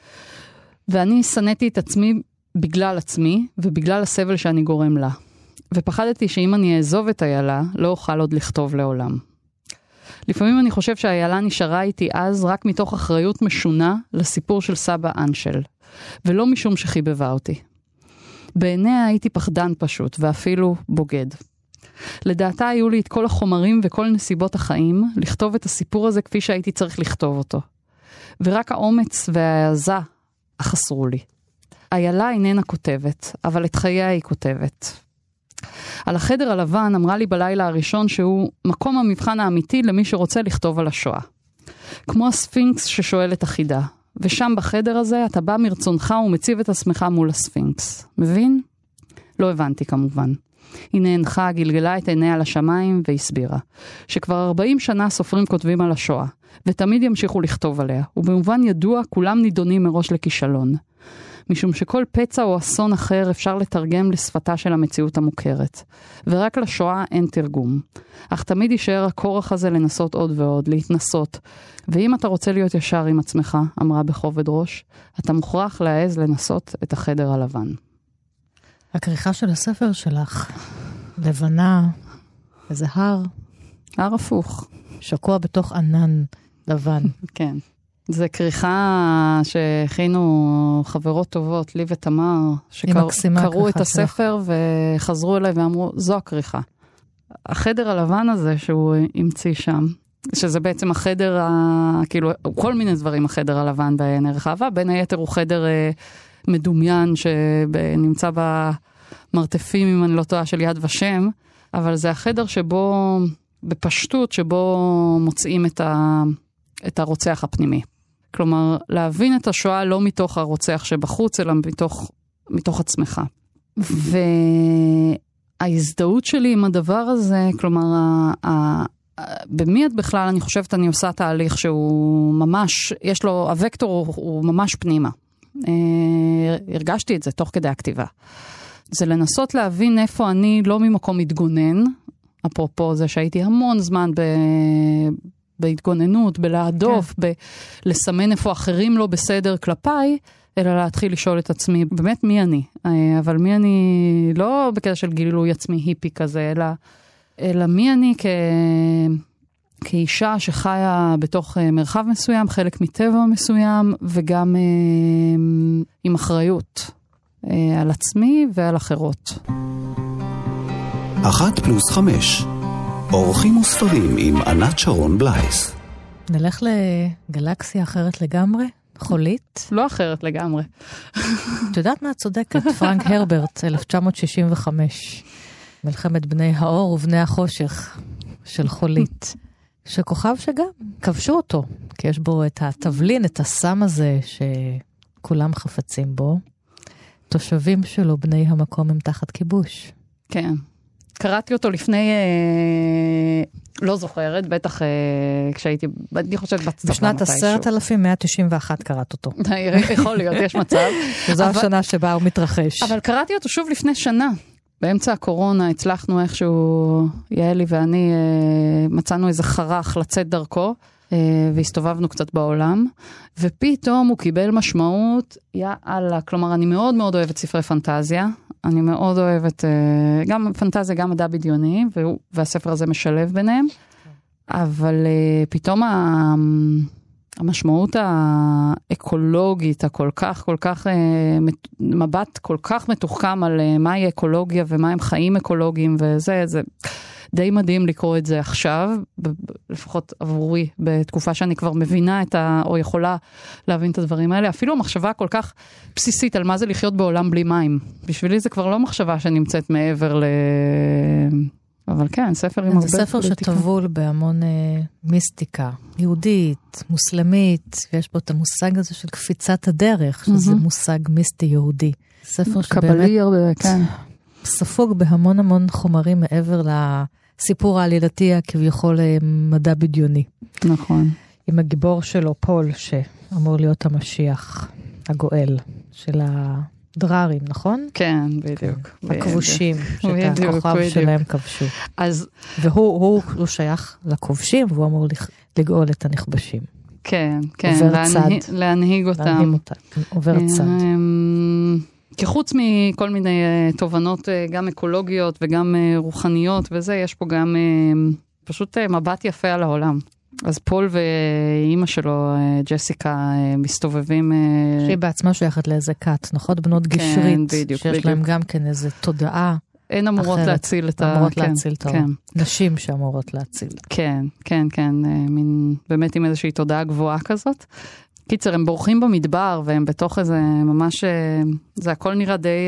ואני שנאתי את עצמי בגלל עצמי, ובגלל הסבל שאני גורם לה. ופחדתי שאם אני אעזוב את איילה, לא אוכל עוד לכתוב לעולם. לפעמים אני חושב שהאיילה נשארה איתי אז רק מתוך אחריות משונה לסיפור של סבא אנשל, ולא משום שחיבבה אותי. בעיניה הייתי פחדן פשוט, ואפילו בוגד. לדעתה היו לי את כל החומרים וכל נסיבות החיים לכתוב את הסיפור הזה כפי שהייתי צריך לכתוב אותו. ורק האומץ והעזה חסרו לי. איילה איננה כותבת, אבל את חייה היא כותבת. על החדר הלבן אמרה לי בלילה הראשון שהוא מקום המבחן האמיתי למי שרוצה לכתוב על השואה. כמו הספינקס ששואל את החידה. ושם בחדר הזה אתה בא מרצונך ומציב את עצמך מול הספינקס. מבין? לא הבנתי כמובן. היא נאנחה, גלגלה את עיניה לשמיים והסבירה, שכבר ארבעים שנה סופרים כותבים על השואה, ותמיד ימשיכו לכתוב עליה, ובמובן ידוע כולם נידונים מראש לכישלון. משום שכל פצע או אסון אחר אפשר לתרגם לשפתה של המציאות המוכרת. ורק לשואה אין תרגום. אך תמיד יישאר הכורח הזה לנסות עוד ועוד, להתנסות. ואם אתה רוצה להיות ישר עם עצמך, אמרה בכובד ראש, אתה מוכרח להעז לנסות את החדר הלבן. הכריכה של הספר שלך, לבנה, איזה הר. הר הפוך. שקוע בתוך ענן לבן. כן. זה כריכה שהכינו חברות טובות, לי ותמר, שקראו את הספר וחזרו אליי ואמרו, זו הכריכה. החדר הלבן הזה שהוא המציא שם, שזה בעצם החדר, ה... כאילו, כל מיני דברים החדר הלבן בעין הרחבה, בין היתר הוא חדר מדומיין שנמצא במרתפים, אם אני לא טועה, של יד ושם, אבל זה החדר שבו, בפשטות, שבו מוצאים את, ה... את הרוצח הפנימי. כלומר, להבין את השואה לא מתוך הרוצח שבחוץ, אלא מתוך, מתוך עצמך. וההזדהות שלי עם הדבר הזה, כלומר, ה... ה... במי את בכלל, אני חושבת, אני עושה תהליך שהוא ממש, יש לו, הוקטור הוא, הוא ממש פנימה. הרגשתי את זה תוך כדי הכתיבה. זה לנסות להבין איפה אני לא ממקום מתגונן, אפרופו זה שהייתי המון זמן ב... בהתגוננות, בלהדוף, כן. בלסמן איפה אחרים לא בסדר כלפיי, אלא להתחיל לשאול את עצמי, באמת מי אני? אבל מי אני, לא בקטע של גילוי עצמי היפי כזה, אלא, אלא מי אני כ... כאישה שחיה בתוך מרחב מסוים, חלק מטבע מסוים, וגם אה, עם אחריות אה, על עצמי ועל אחרות. אחת פלוס חמש. אורחים וספרים עם ענת שרון בלייס. נלך לגלקסיה אחרת לגמרי? חולית? לא אחרת לגמרי. את יודעת מה את צודקת? פרנק הרברט, אלף תשע מאות שישים וחמש. מלחמת בני האור ובני החושך של חולית. שכוכב שגם כבשו אותו, כי יש בו את התבלין, את הסם הזה שכולם חפצים בו. תושבים שלו, בני המקום, הם תחת כיבוש. כן. קראתי אותו לפני, אה, לא זוכרת, בטח אה, כשהייתי, אני חושבת בצדוק. בשנת עשרת אלפים מאה תשעים ואחת קראת אותו. יכול להיות, יש מצב. זו השנה שבה הוא מתרחש. אבל קראתי אותו שוב לפני שנה. באמצע הקורונה הצלחנו איכשהו, יעלי ואני אה, מצאנו איזה חרך לצאת דרכו, אה, והסתובבנו קצת בעולם, ופתאום הוא קיבל משמעות, יאללה, כלומר אני מאוד מאוד אוהבת ספרי פנטזיה, אני מאוד אוהבת אה, גם פנטזיה, גם מדע בדיוני, והספר הזה משלב ביניהם, אבל אה, פתאום ה... המשמעות האקולוגית, הכל כך, כל כך, מבט כל כך מתוחכם על מהי אקולוגיה ומהם חיים אקולוגיים וזה, זה די מדהים לקרוא את זה עכשיו, לפחות עבורי, בתקופה שאני כבר מבינה את ה... או יכולה להבין את הדברים האלה, אפילו המחשבה כל כך בסיסית על מה זה לחיות בעולם בלי מים. בשבילי זה כבר לא מחשבה שנמצאת מעבר ל... אבל כן, ספר עם הרבה פוליטיקה. זה ספר שטבול בהמון אה, מיסטיקה, יהודית, מוסלמית, ויש פה את המושג הזה של קפיצת הדרך, שזה mm-hmm. מושג מיסטי יהודי. ספר שבאמת כן. ספוג בהמון המון חומרים מעבר לסיפור העלילתי הכביכול מדע בדיוני. נכון. עם הגיבור שלו, פול, שאמור להיות המשיח, הגואל של ה... דררים, נכון? כן, בדיוק. הכבושים, שאת הכוכב שלהם כבשו. אז... והוא הוא, הוא שייך לכובשים, והוא אמור לגאול את הנכבשים. כן, כן. עובר צד. להנהיג אותם. להנהיג אותם, עובר צד. כחוץ מכל מיני תובנות, גם אקולוגיות וגם רוחניות וזה, יש פה גם פשוט מבט יפה על העולם. אז פול ואימא שלו, ג'סיקה, מסתובבים... שהיא בעצמה שייכת לאיזה קאט, נכון? בנות גשרית, כן, בדיוק, שיש בדיוק. להם גם כן איזה תודעה אין אמורות אחרת, להציל את ה... אמורות כן, להציל את כן. נשים שאמורות להציל. כן, כן, כן, מין, באמת עם איזושהי תודעה גבוהה כזאת. קיצר, הם בורחים במדבר, והם בתוך איזה ממש... זה הכל נראה די...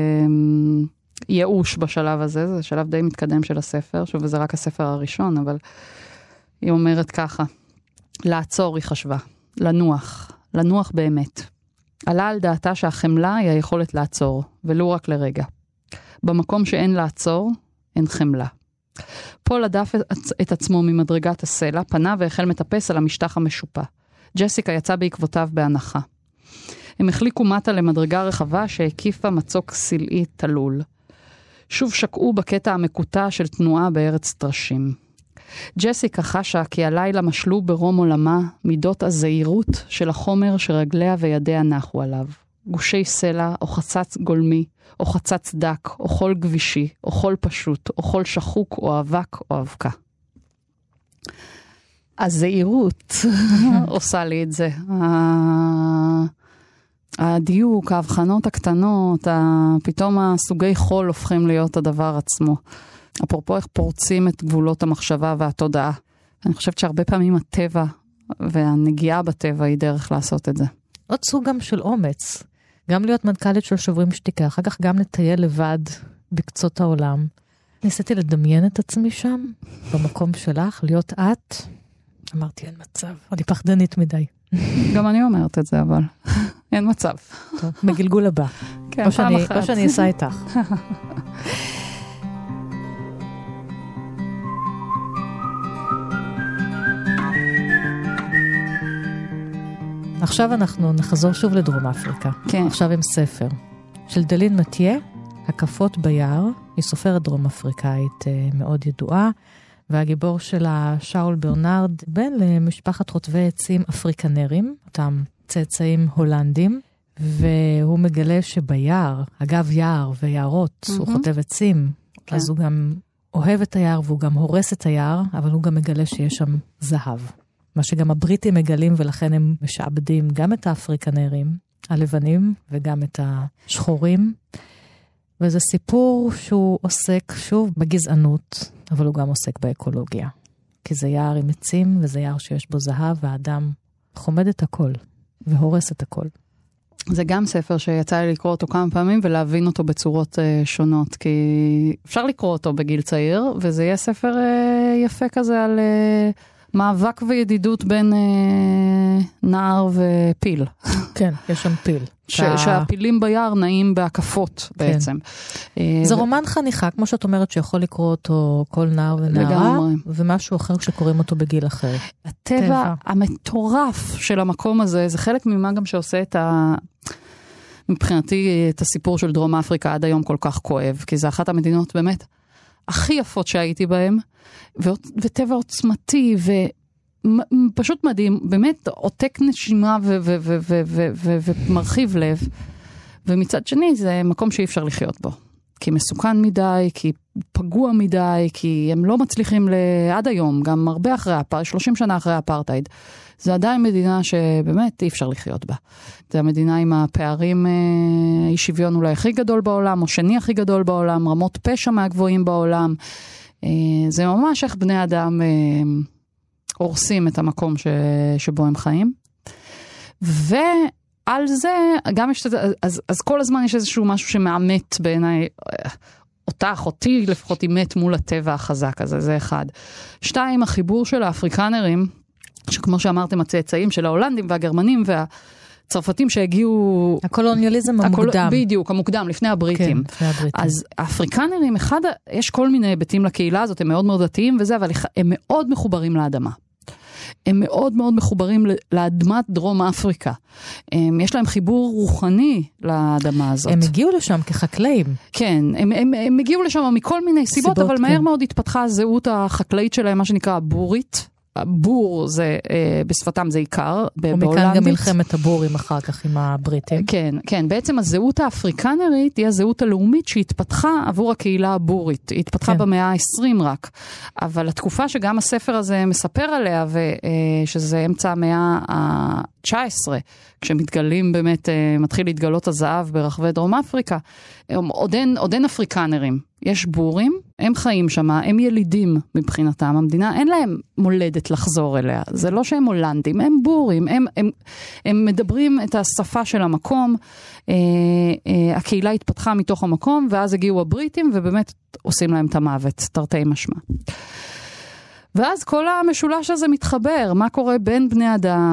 ייאוש בשלב הזה, זה שלב די מתקדם של הספר, שוב, וזה רק הספר הראשון, אבל... היא אומרת ככה, לעצור היא חשבה, לנוח, לנוח באמת. עלה על דעתה שהחמלה היא היכולת לעצור, ולא רק לרגע. במקום שאין לעצור, אין חמלה. פול הדף את עצמו ממדרגת הסלע, פנה והחל מטפס על המשטח המשופע. ג'סיקה יצא בעקבותיו בהנחה. הם החליקו מטה למדרגה רחבה שהקיפה מצוק סלעי תלול. שוב שקעו בקטע המקוטע של תנועה בארץ טרשים. ג'סיקה חשה כי הלילה משלו ברום עולמה מידות הזהירות של החומר שרגליה וידיה נחו עליו. גושי סלע או חצץ גולמי, או חצץ דק, או חול גבישי, או חול פשוט, או חול שחוק, או אבק, או אבקה. הזהירות עושה לי את זה. הדיוק, ההבחנות הקטנות, פתאום הסוגי חול הופכים להיות הדבר עצמו. אפרופו איך פורצים את גבולות המחשבה והתודעה. אני חושבת שהרבה פעמים הטבע והנגיעה בטבע היא דרך לעשות את זה. עוד סוג גם של אומץ. גם להיות מנכ"לית של שוברים שתיקה, אחר כך גם לטייל לבד בקצות העולם. ניסיתי לדמיין את עצמי שם, במקום שלך, להיות את. אמרתי, אין מצב, אני פחדנית מדי. גם אני אומרת את זה, אבל אין מצב. טוב, מגלגול הבא. כן, פעם אחת. או שאני אעשה איתך. עכשיו אנחנו נחזור שוב לדרום אפריקה. כן. עכשיו עם ספר. של דלין מתיה, הקפות ביער. היא סופרת דרום אפריקאית מאוד ידועה. והגיבור שלה, שאול ברנרד, בן למשפחת חוטבי עצים אפריקנרים, אותם צאצאים הולנדים. והוא מגלה שביער, אגב יער ויערות, mm-hmm. הוא חוטב עצים. כן. אז הוא גם אוהב את היער והוא גם הורס את היער, אבל הוא גם מגלה שיש שם זהב. מה שגם הבריטים מגלים, ולכן הם משעבדים גם את האפריקנרים, הלבנים, וגם את השחורים. וזה סיפור שהוא עוסק שוב בגזענות, אבל הוא גם עוסק באקולוגיה. כי זה יער עם עצים, וזה יער שיש בו זהב, והאדם חומד את הכל, והורס את הכל. זה גם ספר שיצא לי לקרוא אותו כמה פעמים, ולהבין אותו בצורות uh, שונות, כי אפשר לקרוא אותו בגיל צעיר, וזה יהיה ספר uh, יפה כזה על... Uh, מאבק וידידות בין אה, נער ופיל. כן, יש שם פיל. ש- שהפילים ביער נעים בהקפות כן. בעצם. זה ו... רומן חניכה, כמו שאת אומרת שיכול לקרוא אותו כל נער ונערה, לגמרי. ומשהו אחר כשקוראים אותו בגיל אחר. הטבע טבע. המטורף של המקום הזה, זה חלק ממה גם שעושה את ה... מבחינתי את הסיפור של דרום אפריקה עד היום כל כך כואב, כי זה אחת המדינות באמת הכי יפות שהייתי בהם, וטבע עוצמתי, ופשוט מדהים, באמת עותק נשימה ומרחיב לב, ומצד שני זה מקום שאי אפשר לחיות בו, כי מסוכן מדי, כי פגוע מדי, כי הם לא מצליחים עד היום, גם הרבה אחרי, שלושים שנה אחרי האפרטהייד, זה עדיין מדינה שבאמת אי אפשר לחיות בה. זה המדינה עם הפערים, אי שוויון אולי הכי גדול בעולם, או שני הכי גדול בעולם, רמות פשע מהגבוהים בעולם. זה ממש איך בני אדם הורסים את המקום ש, שבו הם חיים. ועל זה, גם יש, אז, אז כל הזמן יש איזשהו משהו שמאמת בעיניי, אותך, אותי לפחות היא מת מול הטבע החזק הזה, זה אחד. שתיים, החיבור של האפריקנרים, שכמו שאמרתם, הצאצאים של ההולנדים והגרמנים והצרפתים שהגיעו... הקולוניאליזם המוקדם. בדיוק, המוקדם, לפני הבריטים. כן, לפני הבריטים. אז האפריקנרים, אחד, יש כל מיני היבטים לקהילה הזאת, הם מאוד מאוד דתיים וזה, אבל הם מאוד מחוברים לאדמה. הם מאוד מאוד מחוברים לאדמת דרום אפריקה. הם, יש להם חיבור רוחני לאדמה הזאת. הם הגיעו לשם כחקלאים. כן, הם, הם, הם הגיעו לשם מכל מיני סיבות, סיבות אבל כן. מהר מאוד התפתחה הזהות החקלאית שלהם, מה שנקרא בורית. הבור זה, אה, בשפתם זה עיקר, בהולנדית. ומכאן גם מלחמת הבורים אחר כך עם הבריטים. כן, כן, בעצם הזהות האפריקנרית היא הזהות הלאומית שהתפתחה עבור הקהילה הבורית. היא התפתחה כן. במאה ה-עשרים רק. אבל התקופה שגם הספר הזה מספר עליה, ושזה אמצע המאה ה-תשע עשרה, כשמתגלים באמת, מתחיל להתגלות הזהב ברחבי דרום אפריקה, עוד אין, עוד אין אפריקנרים. יש בורים, הם חיים שם, הם ילידים מבחינתם, המדינה, אין להם מולדת לחזור אליה, זה לא שהם הולנדים, הם בורים, הם, הם, הם מדברים את השפה של המקום, אה, אה, הקהילה התפתחה מתוך המקום, ואז הגיעו הבריטים, ובאמת עושים להם את המוות, תרתי משמע. ואז כל המשולש הזה מתחבר, מה קורה בין בני אדם,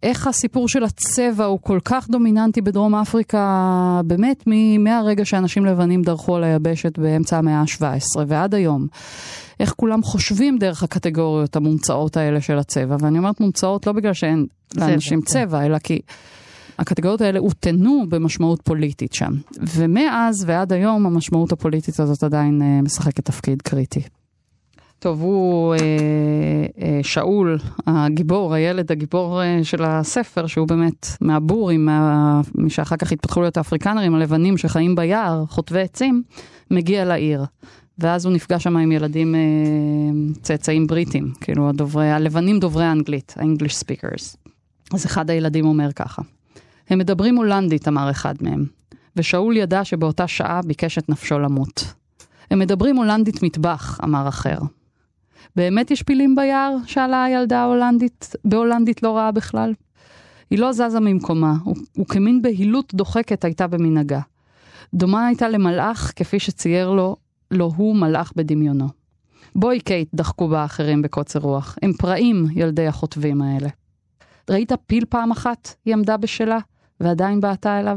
איך הסיפור של הצבע הוא כל כך דומיננטי בדרום אפריקה, באמת מהרגע שאנשים לבנים דרכו על היבשת באמצע המאה ה-שבע עשרה ועד היום. איך כולם חושבים דרך הקטגוריות המומצאות האלה של הצבע, ואני אומרת מומצאות לא בגלל שאין לאנשים צבע, אלא כי הקטגוריות האלה הותנו במשמעות פוליטית שם. ומאז ועד היום המשמעות הפוליטית הזאת עדיין אה, משחקת תפקיד קריטי. טוב, הוא אה, אה, שאול, הגיבור, הילד הגיבור אה, של הספר, שהוא באמת מהבורים, מה, מי שאחר כך התפתחו להיות האפריקנרים, הלבנים שחיים ביער, חוטבי עצים, מגיע לעיר. ואז הוא נפגש שם עם ילדים אה, צאצאים בריטים, כאילו הדוברי, הלבנים דוברי האנגלית, ה-English speakers. אז אחד הילדים אומר ככה, הם מדברים הולנדית, אמר אחד מהם, ושאול ידע שבאותה שעה ביקש את נפשו למות. הם מדברים הולנדית מטבח, אמר אחר. באמת יש פילים ביער? שאלה הילדה ההולנדית, בהולנדית לא רעה בכלל. היא לא זזה ממקומה, וכמין בהילות דוחקת הייתה במנהגה. דומה הייתה למלאך כפי שצייר לו, לא הוא מלאך בדמיונו. בואי קייט, דחקו בה אחרים בקוצר רוח. הם פראים, ילדי החוטבים האלה. ראית פיל פעם אחת? היא עמדה בשלה, ועדיין בעתה אליו.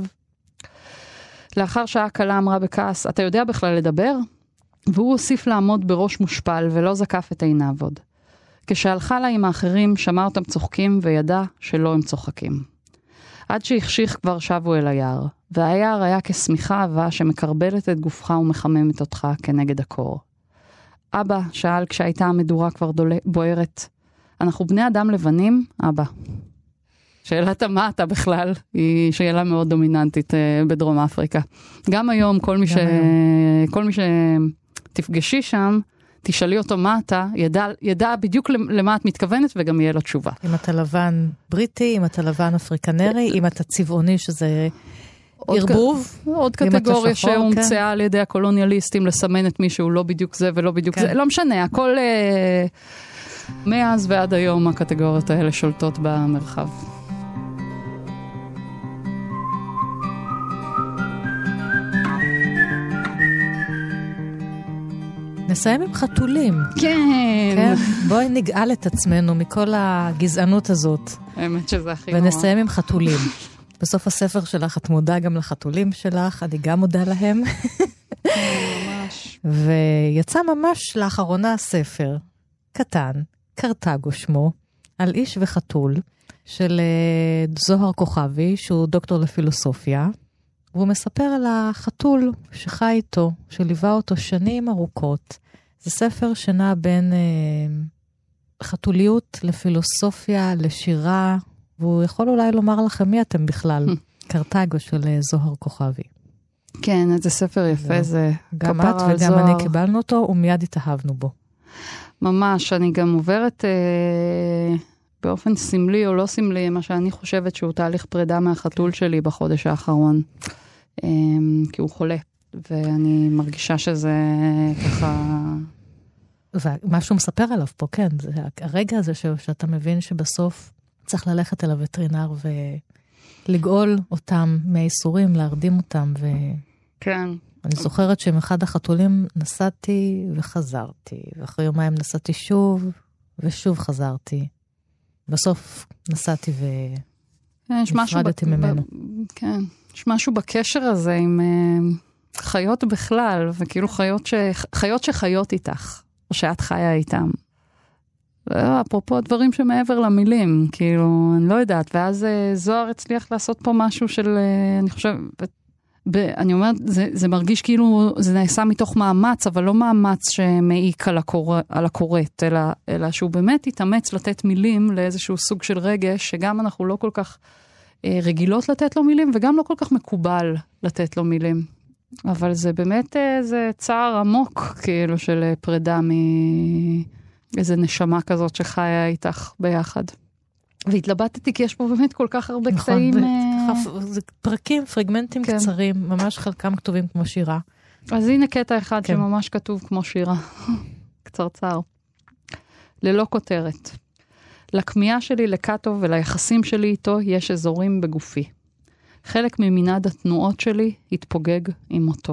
לאחר שעה קלה אמרה בכעס, אתה יודע בכלל לדבר? והוא הוסיף לעמוד בראש מושפל ולא זקף את עיניו עוד. כשהלכה לה עם האחרים, שמע אותם צוחקים וידע שלא הם צוחקים. עד שהחשיך כבר שבו אל היער, והיער היה כשמיכה עבה שמקרבלת את גופך ומחממת אותך כנגד הקור. אבא שאל כשהייתה המדורה כבר דולה, בוערת, אנחנו בני אדם לבנים? אבא. שאלת מה אתה בכלל, היא שאלה מאוד דומיננטית בדרום אפריקה. גם היום, כל מי, ש... כל מי שתפגשי שם, תשאלי אותו מה אתה, ידע, ידע בדיוק למה את מתכוונת, וגם יהיה לו תשובה. אם אתה לבן בריטי, אם אתה לבן אפריקנרי, אם אתה צבעוני, שזה ערבוב. עוד קטגוריה שהומצאה על ידי הקולוניאליסטים, לסמן את מישהו לא בדיוק זה ולא בדיוק זה. לא משנה, הכל מאז ועד היום הקטגוריות האלה שולטות במרחב. נסיים עם חתולים. כן. כן. בואי נגאל את עצמנו מכל הגזענות הזאת. האמת שזה הכי נורא. ונסיים עם חתולים. בסוף הספר שלך את מודה גם לחתולים שלך, אני גם מודה להם. ממש. ויצא ממש לאחרונה ספר קטן, קרתגו שמו, על איש וחתול, של זוהר כוכבי, שהוא דוקטור לפילוסופיה, והוא מספר על החתול שחי איתו, שליווה אותו שנים ארוכות. זה ספר שנע בין אה, חתוליות לפילוסופיה, לשירה, והוא יכול אולי לומר לכם מי אתם בכלל, קרתגו של זוהר כוכבי. כן, זה ספר יפה, זה גם את וגם זוהר. אני קיבלנו אותו, ומיד התאהבנו בו. ממש, אני גם עוברת אה, באופן סמלי או לא סמלי, מה שאני חושבת שהוא תהליך פרידה מהחתול שלי בחודש האחרון. כי הוא חולה, ואני מרגישה שזה ככה... ומה שהוא מספר עליו פה, כן, זה הרגע הזה שאתה מבין שבסוף צריך ללכת אל הווטרינר ולגאול אותם מהאיסורים, להרדים אותם. ו... כן. אני זוכרת שעם אחד החתולים נסעתי וחזרתי, ואחרי יומיים נסעתי שוב, ושוב חזרתי. בסוף נסעתי ונפרדתי ממנו. כן. יש משהו בקשר הזה עם uh, חיות בכלל, וכאילו חיות, ש... חיות שחיות איתך, או שאת חיה איתם. אפרופו דברים שמעבר למילים, כאילו, אני לא יודעת, ואז uh, זוהר הצליח לעשות פה משהו של, uh, אני חושב, ב... אני אומרת, זה, זה מרגיש כאילו, זה נעשה מתוך מאמץ, אבל לא מאמץ שמעיק על, הקור... על הקוראת, אלא, אלא שהוא באמת יתאמץ לתת מילים לאיזשהו סוג של רגש, שגם אנחנו לא כל כך... רגילות לתת לו מילים, וגם לא כל כך מקובל לתת לו מילים. אבל זה באמת איזה צער עמוק, כאילו, של פרידה מאיזה נשמה כזאת שחיה איתך ביחד. והתלבטתי, כי יש פה באמת כל כך הרבה נכון, קטעים... ב- זה פרקים, פרגמנטים כן. קצרים, ממש חלקם כתובים כמו שירה. אז הנה קטע אחד כן. שממש כתוב כמו שירה. קצרצר. ללא כותרת. לכמיהה שלי לקאטו וליחסים שלי איתו יש אזורים בגופי. חלק ממנעד התנועות שלי התפוגג עם מותו.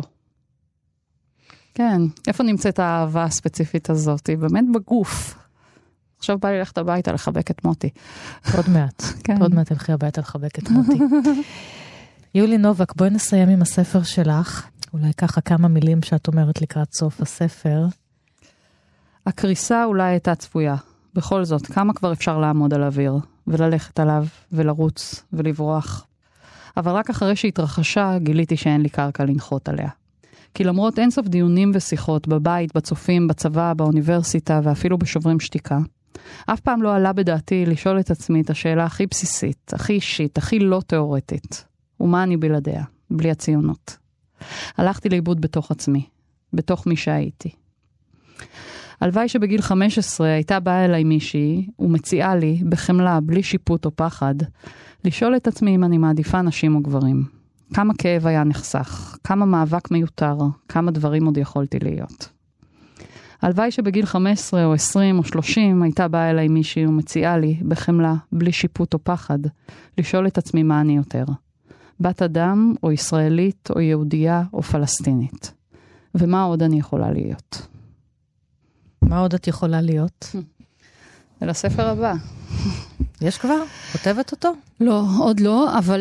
כן, איפה נמצאת האהבה הספציפית הזאת? היא באמת בגוף. עכשיו בא לי ללכת הביתה לחבק את מוטי. עוד מעט, כן. עוד מעט תלכי הביתה לחבק את מוטי. יולי נובק, בואי נסיים עם הספר שלך. אולי ככה כמה מילים שאת אומרת לקראת סוף הספר. הקריסה אולי הייתה צפויה. בכל זאת, כמה כבר אפשר לעמוד על אוויר, וללכת עליו, ולרוץ, ולברוח. אבל רק אחרי שהתרחשה, גיליתי שאין לי קרקע לנחות עליה. כי למרות אינסוף דיונים ושיחות בבית, בצופים, בצבא, באוניברסיטה, ואפילו בשוברים שתיקה, אף פעם לא עלה בדעתי לשאול את עצמי את השאלה הכי בסיסית, הכי אישית, הכי לא תיאורטית. ומה אני בלעדיה, בלי הציונות. הלכתי לאיבוד בתוך עצמי, בתוך מי שהייתי. הלוואי שבגיל חמש עשרה הייתה באה אליי מישהי ומציעה לי, בחמלה, בלי שיפוט או פחד, לשאול את עצמי אם אני מעדיפה נשים או גברים. כמה כאב היה נחסך, כמה מאבק מיותר, כמה דברים עוד יכולתי להיות. הלוואי שבגיל חמש עשרה או עשרים או שלושים הייתה באה אליי מישהי ומציעה לי, בחמלה, בלי שיפוט או פחד, לשאול את עצמי מה אני יותר. בת אדם או ישראלית או יהודייה או פלסטינית. ומה עוד אני יכולה להיות? מה עוד את יכולה להיות? אל הספר הבא. יש כבר? כותבת אותו? לא, עוד לא, אבל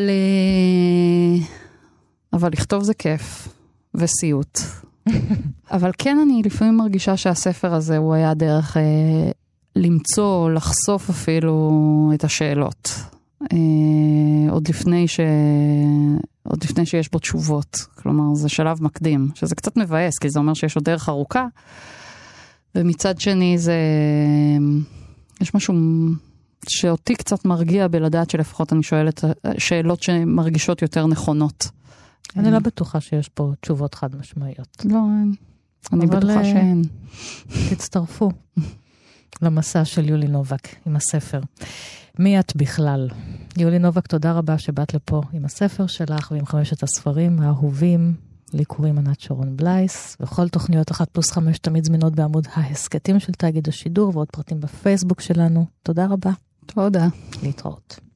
אבל לכתוב זה כיף וסיוט. אבל כן אני לפעמים מרגישה שהספר הזה הוא היה דרך אה, למצוא, לחשוף אפילו את השאלות. אה, עוד לפני ש... עוד לפני שיש בו תשובות. כלומר, זה שלב מקדים, שזה קצת מבאס, כי זה אומר שיש עוד דרך ארוכה. ומצד שני זה... יש משהו שאותי קצת מרגיע בלדעת שלפחות אני שואלת שאלות שמרגישות יותר נכונות. אני לא בטוחה שיש פה תשובות חד משמעיות. לא, אני בטוחה שאין. תצטרפו למסע של יולי נובק עם הספר. מי את בכלל? יולי נובק, תודה רבה שבאת לפה עם הספר שלך ועם חמשת הספרים האהובים. לי קוראים ענת שרון בלייס, וכל תוכניות אחת פלוס חמש תמיד זמינות בעמוד ההסקטים של תאגיד השידור, ועוד פרטים בפייסבוק שלנו. תודה רבה. תודה. להתראות.